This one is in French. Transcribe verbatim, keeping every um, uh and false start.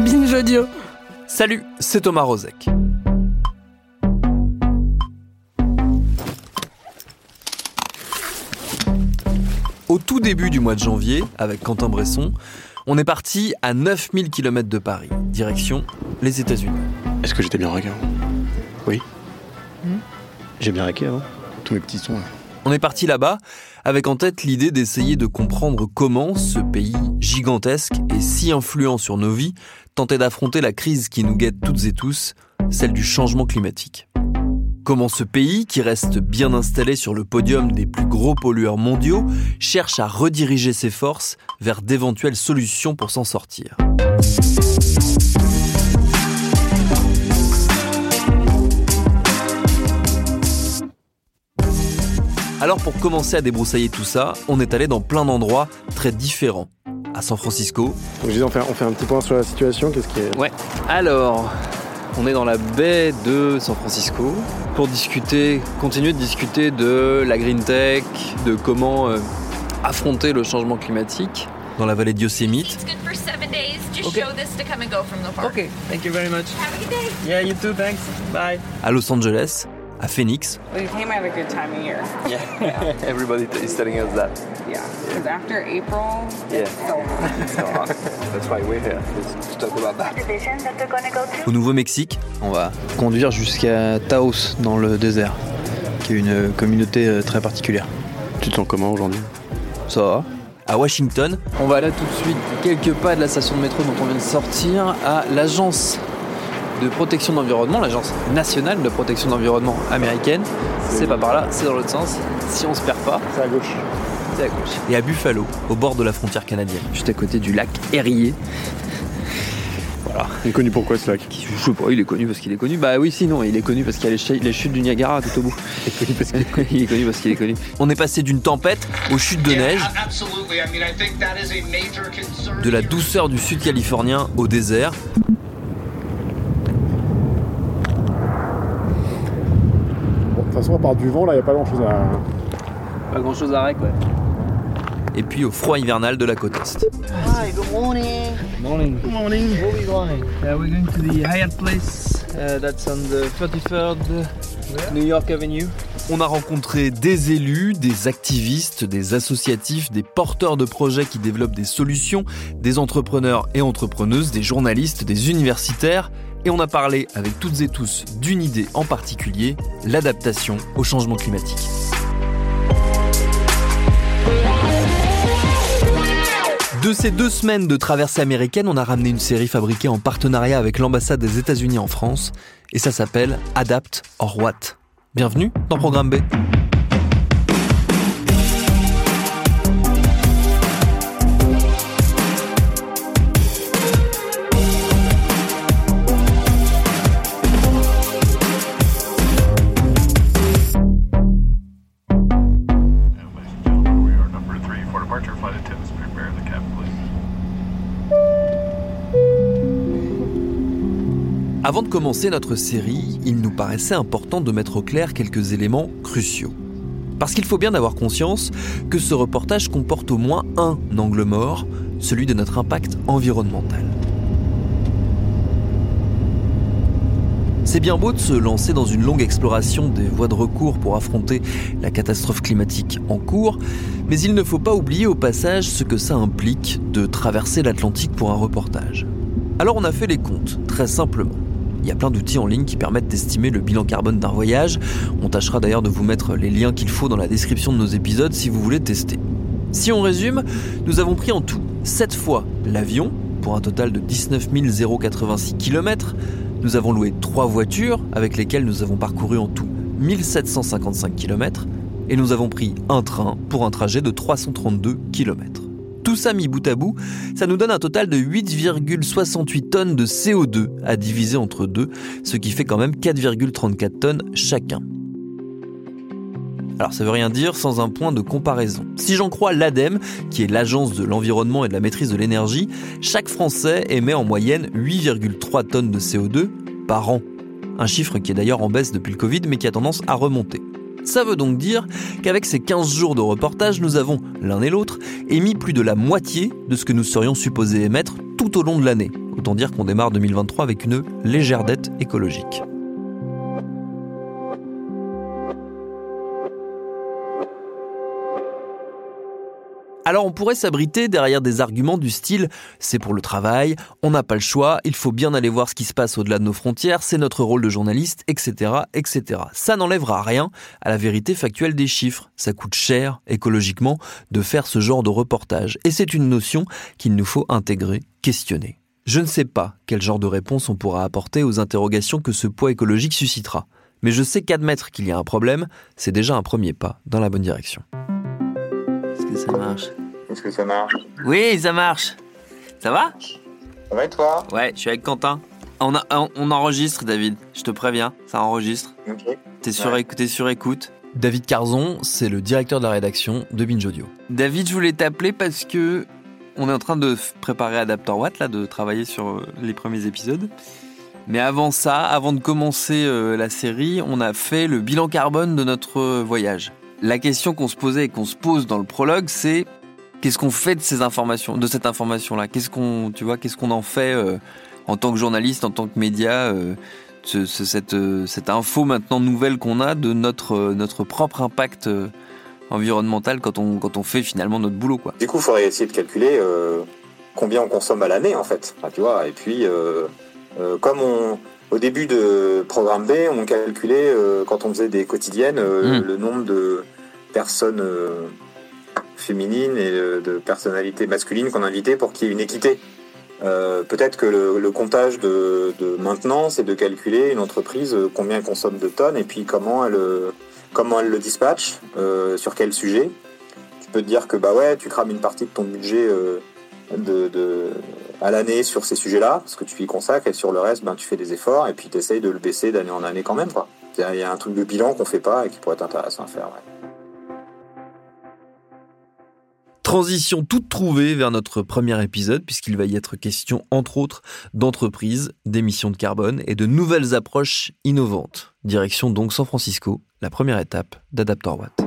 Binge Audio. Salut, c'est Thomas Rozek. Au tout début du mois de janvier, avec Quentin Bresson, on est parti à neuf mille kilomètres de Paris, direction les États-Unis. Est-ce que j'étais bien raqué avant ? Oui. Mmh. J'ai bien raqué avant. Tous mes petits sons là. On est parti là-bas avec en tête l'idée d'essayer de comprendre comment ce pays gigantesque et si influent sur nos vies tentait d'affronter la crise qui nous guette toutes et tous, celle du changement climatique. Comment ce pays, qui reste bien installé sur le podium des plus gros pollueurs mondiaux, cherche à rediriger ses forces vers d'éventuelles solutions pour s'en sortir. Alors pour commencer à débroussailler tout ça, on est allé dans plein d'endroits très différents. À San Francisco. Donc je disais, on fait, on fait un petit point sur la situation, qu'est-ce qui est... Ouais, alors, on est dans la baie de San Francisco pour discuter, continuer de discuter de la green tech, de comment euh, affronter le changement climatique dans la vallée de Yosemite. Okay. Okay, thank you very much. Have a good day. Yeah, you too, thanks. Bye. À Los Angeles, à Phoenix. We came at a good time of year. Yeah, everybody is telling us that. Yeah, because after April, Yeah. it's so hot. It's so hot. That's why we're here. Let's talk about that. Division that they're gonna go to? Au Nouveau-Mexique, On va conduire jusqu'à Taos, dans le désert, qui est une communauté très particulière. Tu te sens comment aujourd'hui ? Ça va. à Washington. On va là tout de suite, quelques pas de la station de métro dont on vient de sortir, à l'agence de protection d'environnement, l'agence nationale de protection d'environnement américaine. C'est pas par là, c'est dans l'autre sens. Si on se perd pas, C'est à gauche. c'est à gauche. Et à Buffalo, au bord de la frontière canadienne. Juste à côté du lac Erie. Voilà. Il est connu pour quoi ce lac ? Je sais pas, il est connu parce qu'il est connu. Bah oui, sinon, il est connu parce qu'il y a les, ch- les chutes du Niagara tout au bout. Il est connu parce qu'il est connu. Il est connu parce qu'il est connu. On est passé d'une tempête aux chutes de neige, de la douceur du sud californien au désert. Bon, de toute façon, à part du vent, là, il n'y a pas grand-chose à... Pas grand chose à rec, ouais. Et puis au froid hivernal de la côte est. Hi, good morning. Morning. Good morning. Where are we going? Uh, we're going to the Hyatt Place. Uh, that's on the thirty-third New York Avenue. On a rencontré des élus, des activistes, des associatifs, des porteurs de projets qui développent des solutions, des entrepreneurs et entrepreneuses, des journalistes, des universitaires. Et on a parlé avec toutes et tous d'une idée en particulier, l'adaptation au changement climatique. De ces deux semaines de traversée américaine, on a ramené une série fabriquée en partenariat avec l'ambassade des États-Unis en France, et ça s'appelle Adapt or What. Bienvenue dans Programme B. Avant de commencer notre série, il nous paraissait important de mettre au clair quelques éléments cruciaux. Parce qu'il faut bien avoir conscience que ce reportage comporte au moins un angle mort, celui de notre impact environnemental. C'est bien beau de se lancer dans une longue exploration des voies de recours pour affronter la catastrophe climatique en cours, mais il ne faut pas oublier au passage ce que ça implique de traverser l'Atlantique pour un reportage. Alors on a fait les comptes, très simplement. Il y a plein d'outils en ligne qui permettent d'estimer le bilan carbone d'un voyage. On tâchera d'ailleurs de vous mettre les liens qu'il faut dans la description de nos épisodes si vous voulez tester. Si on résume, nous avons pris en tout sept fois l'avion, pour un total de dix-neuf mille quatre-vingt-six kilomètres. Nous avons loué trois voitures, avec lesquelles nous avons parcouru en tout mille sept cent cinquante-cinq kilomètres. Et nous avons pris un train pour un trajet de trois cent trente-deux kilomètres. Tout ça mis bout à bout, ça nous donne un total de huit virgule soixante-huit tonnes de C O deux à diviser entre deux, ce qui fait quand même quatre virgule trente-quatre tonnes chacun. Alors ça veut rien dire sans un point de comparaison. Si j'en crois l'ADEME, qui est l'Agence de l'environnement et de la maîtrise de l'énergie, chaque Français émet en moyenne huit virgule trois tonnes de C O deux par an. Un chiffre qui est d'ailleurs en baisse depuis le Covid, mais qui a tendance à remonter. Ça veut donc dire qu'avec ces quinze jours de reportage, nous avons, l'un et l'autre, émis plus de la moitié de ce que nous serions supposés émettre tout au long de l'année, Autant dire qu'on démarre deux mille vingt-trois avec une légère dette écologique. Alors on pourrait s'abriter derrière des arguments du style « c'est pour le travail, on n'a pas le choix, il faut bien aller voir ce qui se passe au-delà de nos frontières, c'est notre rôle de journaliste, et cetera et cetera » Ça n'enlèvera rien à la vérité factuelle des chiffres. Ça coûte cher, écologiquement, de faire ce genre de reportage. Et c'est une notion qu'il nous faut intégrer, questionner. Je ne sais pas quel genre de réponse on pourra apporter aux interrogations que ce poids écologique suscitera. Mais je sais qu'admettre qu'il y a un problème, c'est déjà un premier pas dans la bonne direction. Est-ce que ça marche ? Est-ce que ça marche ? Oui, ça marche. Ça va ? Ça va et toi ? Ouais, je suis avec Quentin. On, a, on, on enregistre, David. Je te préviens, ça enregistre. Ok. T'es sur, Ouais. éc- t'es sur écoute. David Carzon, c'est le directeur de la rédaction de Binge Audio. David, je voulais t'appeler parce que on est en train de f- préparer Adapter Watt, là, de travailler sur euh, les premiers épisodes. Mais avant ça, avant de commencer euh, la série, on a fait le bilan carbone de notre euh, voyage. La question qu'on se posait et qu'on se pose dans le prologue, c'est qu'est-ce qu'on fait de ces informations, de cette information-là ? Qu'est-ce qu'on, tu vois, qu'est-ce qu'on en fait euh, en tant que journaliste, en tant que média, euh, ce, ce, cette, euh, cette info maintenant nouvelle qu'on a de notre, euh, notre propre impact euh, environnemental quand on, quand on fait finalement notre boulot, quoi. Du coup, il faudrait essayer de calculer euh, combien on consomme à l'année, en fait. Enfin, tu vois, et puis, euh, euh, comme on, au début de Programme B, on calculait, euh, quand on faisait des quotidiennes, euh, Mm. le nombre de personnes euh, féminines et euh, de personnalités masculines qu'on invitait pour qu'il y ait une équité. Euh, peut-être que le, le comptage de, de maintenant, c'est de calculer une entreprise, euh, combien elle consomme de tonnes et puis comment elle, euh, comment elle le dispatche, euh, sur quel sujet. Tu peux te dire que bah ouais, tu crames une partie de ton budget euh, de, de, à l'année sur ces sujets-là, parce que tu y consacres, et sur le reste, ben, tu fais des efforts et puis tu essayes de le baisser d'année en année quand même, quoi. Il y a un truc de bilan qu'on fait pas et qui pourrait être intéressant à faire. Ouais. Transition toute trouvée vers notre premier épisode, puisqu'il va y être question, entre autres, d'entreprises, d'émissions de carbone et de nouvelles approches innovantes. Direction donc San Francisco, la première étape d'Adapter Watt.